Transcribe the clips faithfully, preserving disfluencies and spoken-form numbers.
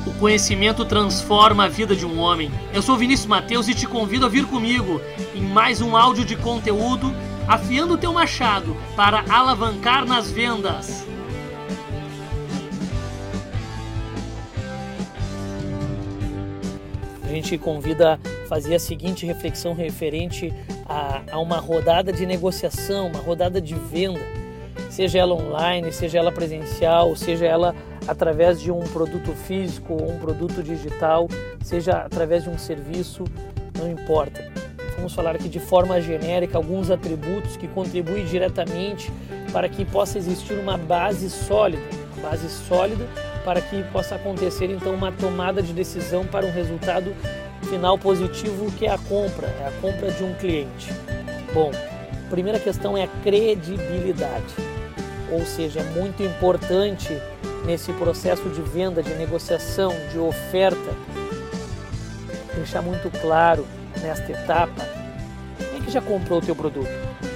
O conhecimento transforma a vida de um homem. Eu sou Vinícius Mateus e te convido a vir comigo em mais um áudio de conteúdo, afiando o teu machado para alavancar nas vendas. A gente convida a fazer a seguinte reflexão referente a, a uma rodada de negociação, uma rodada de venda, seja ela online, seja ela presencial, seja ela através de um produto físico ou um produto digital, seja através de um serviço, não importa. Vamos falar aqui de forma genérica alguns atributos que contribuem diretamente para que possa existir uma base sólida, uma base sólida para que possa acontecer então uma tomada de decisão para um resultado final positivo, que é a compra, é a compra de um cliente. Bom, a primeira questão é a credibilidade, ou seja, é muito importante nesse processo de venda, de negociação, de oferta, deixar muito claro nesta etapa quem é que já comprou o teu produto,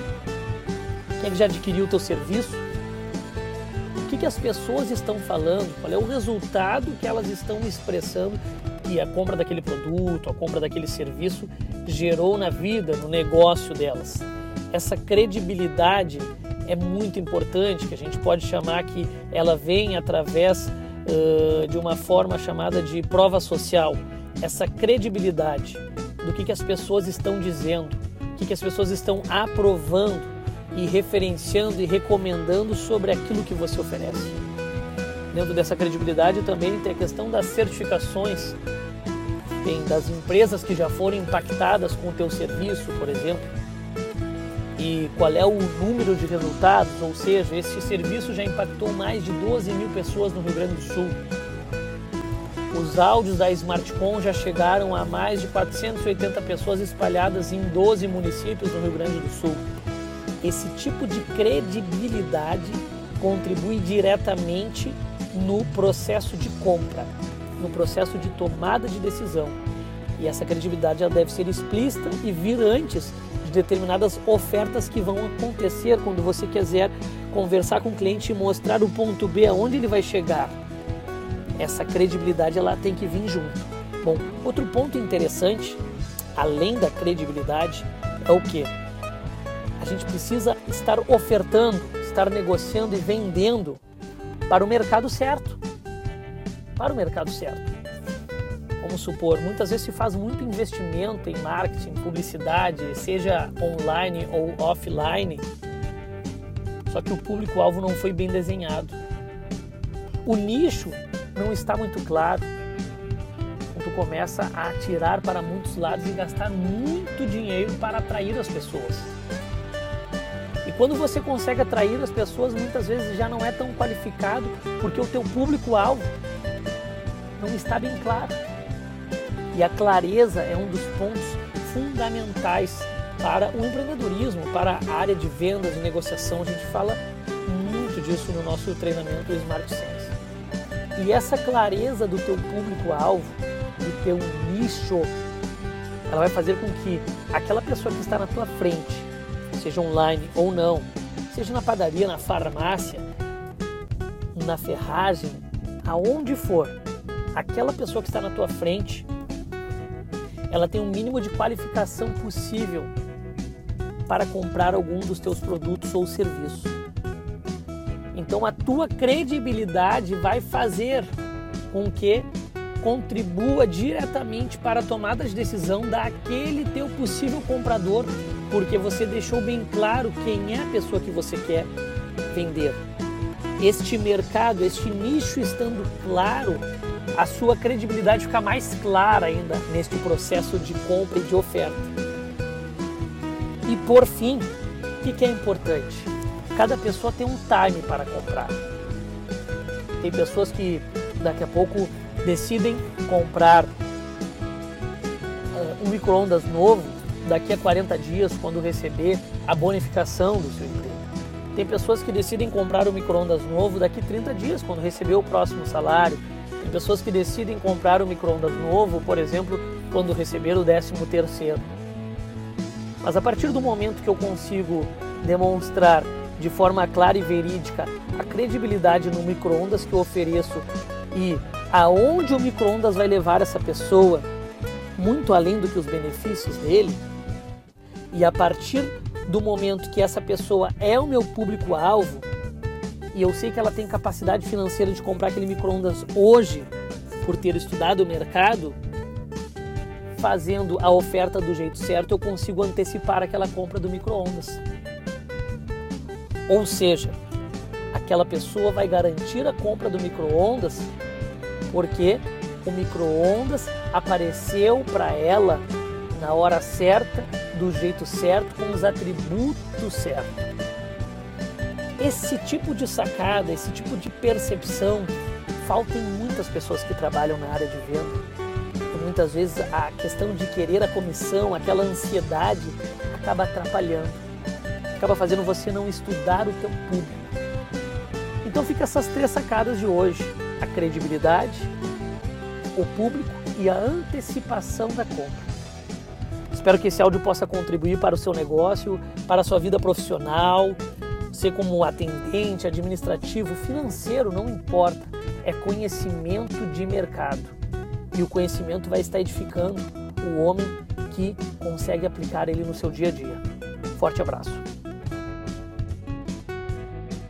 quem é que já adquiriu o teu serviço, o que, que as pessoas estão falando, qual é o resultado que elas estão expressando que a compra daquele produto, a compra daquele serviço gerou na vida, no negócio delas. Essa credibilidade é muito importante, que a gente pode chamar que ela vem através uh, de uma forma chamada de prova social. Essa credibilidade do que, que as pessoas estão dizendo, o que, que as pessoas estão aprovando e referenciando e recomendando sobre aquilo que você oferece. Dentro dessa credibilidade também tem a questão das certificações, tem das empresas que já foram impactadas com o teu serviço, por exemplo, e qual é o número de resultados, ou seja, esse serviço já impactou mais de doze mil pessoas no Rio Grande do Sul. Os áudios da Smartcom já chegaram a mais de quatrocentas e oitenta pessoas espalhadas em doze municípios do Rio Grande do Sul. Esse tipo de credibilidade contribui diretamente no processo de compra, no processo de tomada de decisão. E essa credibilidade ela deve ser explícita e vir antes de determinadas ofertas que vão acontecer quando você quiser conversar com o cliente e mostrar o ponto B, aonde ele vai chegar. Essa credibilidade ela tem que vir junto. Bom, outro ponto interessante, além da credibilidade, é o quê? A gente precisa estar ofertando, estar negociando e vendendo para o mercado certo. Para o mercado certo. Vamos supor, muitas vezes se faz muito investimento em marketing, publicidade, seja online ou offline, só que o público-alvo não foi bem desenhado. O nicho não está muito claro. Então, tu começa a atirar para muitos lados e gastar muito dinheiro para atrair as pessoas. E quando você consegue atrair as pessoas, muitas vezes já não é tão qualificado, porque o teu público-alvo não está bem claro. E a clareza é um dos pontos fundamentais para o empreendedorismo, para a área de vendas e negociação. A gente fala muito disso no nosso treinamento Smart Sense. E essa clareza do teu público-alvo, do teu nicho, ela vai fazer com que aquela pessoa que está na tua frente, seja online ou não, seja na padaria, na farmácia, na ferragem, aonde for, aquela pessoa que está na tua frente, ela tem o mínimo de qualificação possível para comprar algum dos teus produtos ou serviços. Então a tua credibilidade vai fazer com que contribua diretamente para a tomada de decisão daquele teu possível comprador, porque você deixou bem claro quem é a pessoa que você quer vender. Este mercado, este nicho estando claro, a sua credibilidade fica mais clara ainda neste processo de compra e de oferta. E por fim, o que, que é importante? Cada pessoa tem um time para comprar. Tem pessoas que daqui a pouco decidem comprar uh, um micro-ondas novo daqui a quarenta dias, quando receber a bonificação do seu emprego. Tem pessoas que decidem comprar um micro-ondas novo daqui a trinta dias, quando receber o próximo salário. Tem pessoas que decidem comprar um micro-ondas novo, por exemplo, quando receber o décimo terceiro. Mas a partir do momento que eu consigo demonstrar de forma clara e verídica a credibilidade no micro-ondas que eu ofereço e aonde o micro-ondas vai levar essa pessoa, muito além do que os benefícios dele, e a partir do momento que essa pessoa é o meu público-alvo, e eu sei que ela tem capacidade financeira de comprar aquele micro-ondas hoje, por ter estudado o mercado, fazendo a oferta do jeito certo, eu consigo antecipar aquela compra do micro-ondas. Ou seja, aquela pessoa vai garantir a compra do micro-ondas porque o micro-ondas apareceu para ela na hora certa, do jeito certo, com os atributos certos. Esse tipo de sacada, esse tipo de percepção, falta em muitas pessoas que trabalham na área de venda. E muitas vezes a questão de querer a comissão, aquela ansiedade, acaba atrapalhando. Acaba fazendo você não estudar o teu público. Então fica essas três sacadas de hoje: a credibilidade, o público e a antecipação da compra. Espero que esse áudio possa contribuir para o seu negócio, para a sua vida profissional. Você como atendente, administrativo, financeiro, não importa. É conhecimento de mercado. E o conhecimento vai estar edificando o homem que consegue aplicar ele no seu dia a dia. Forte abraço.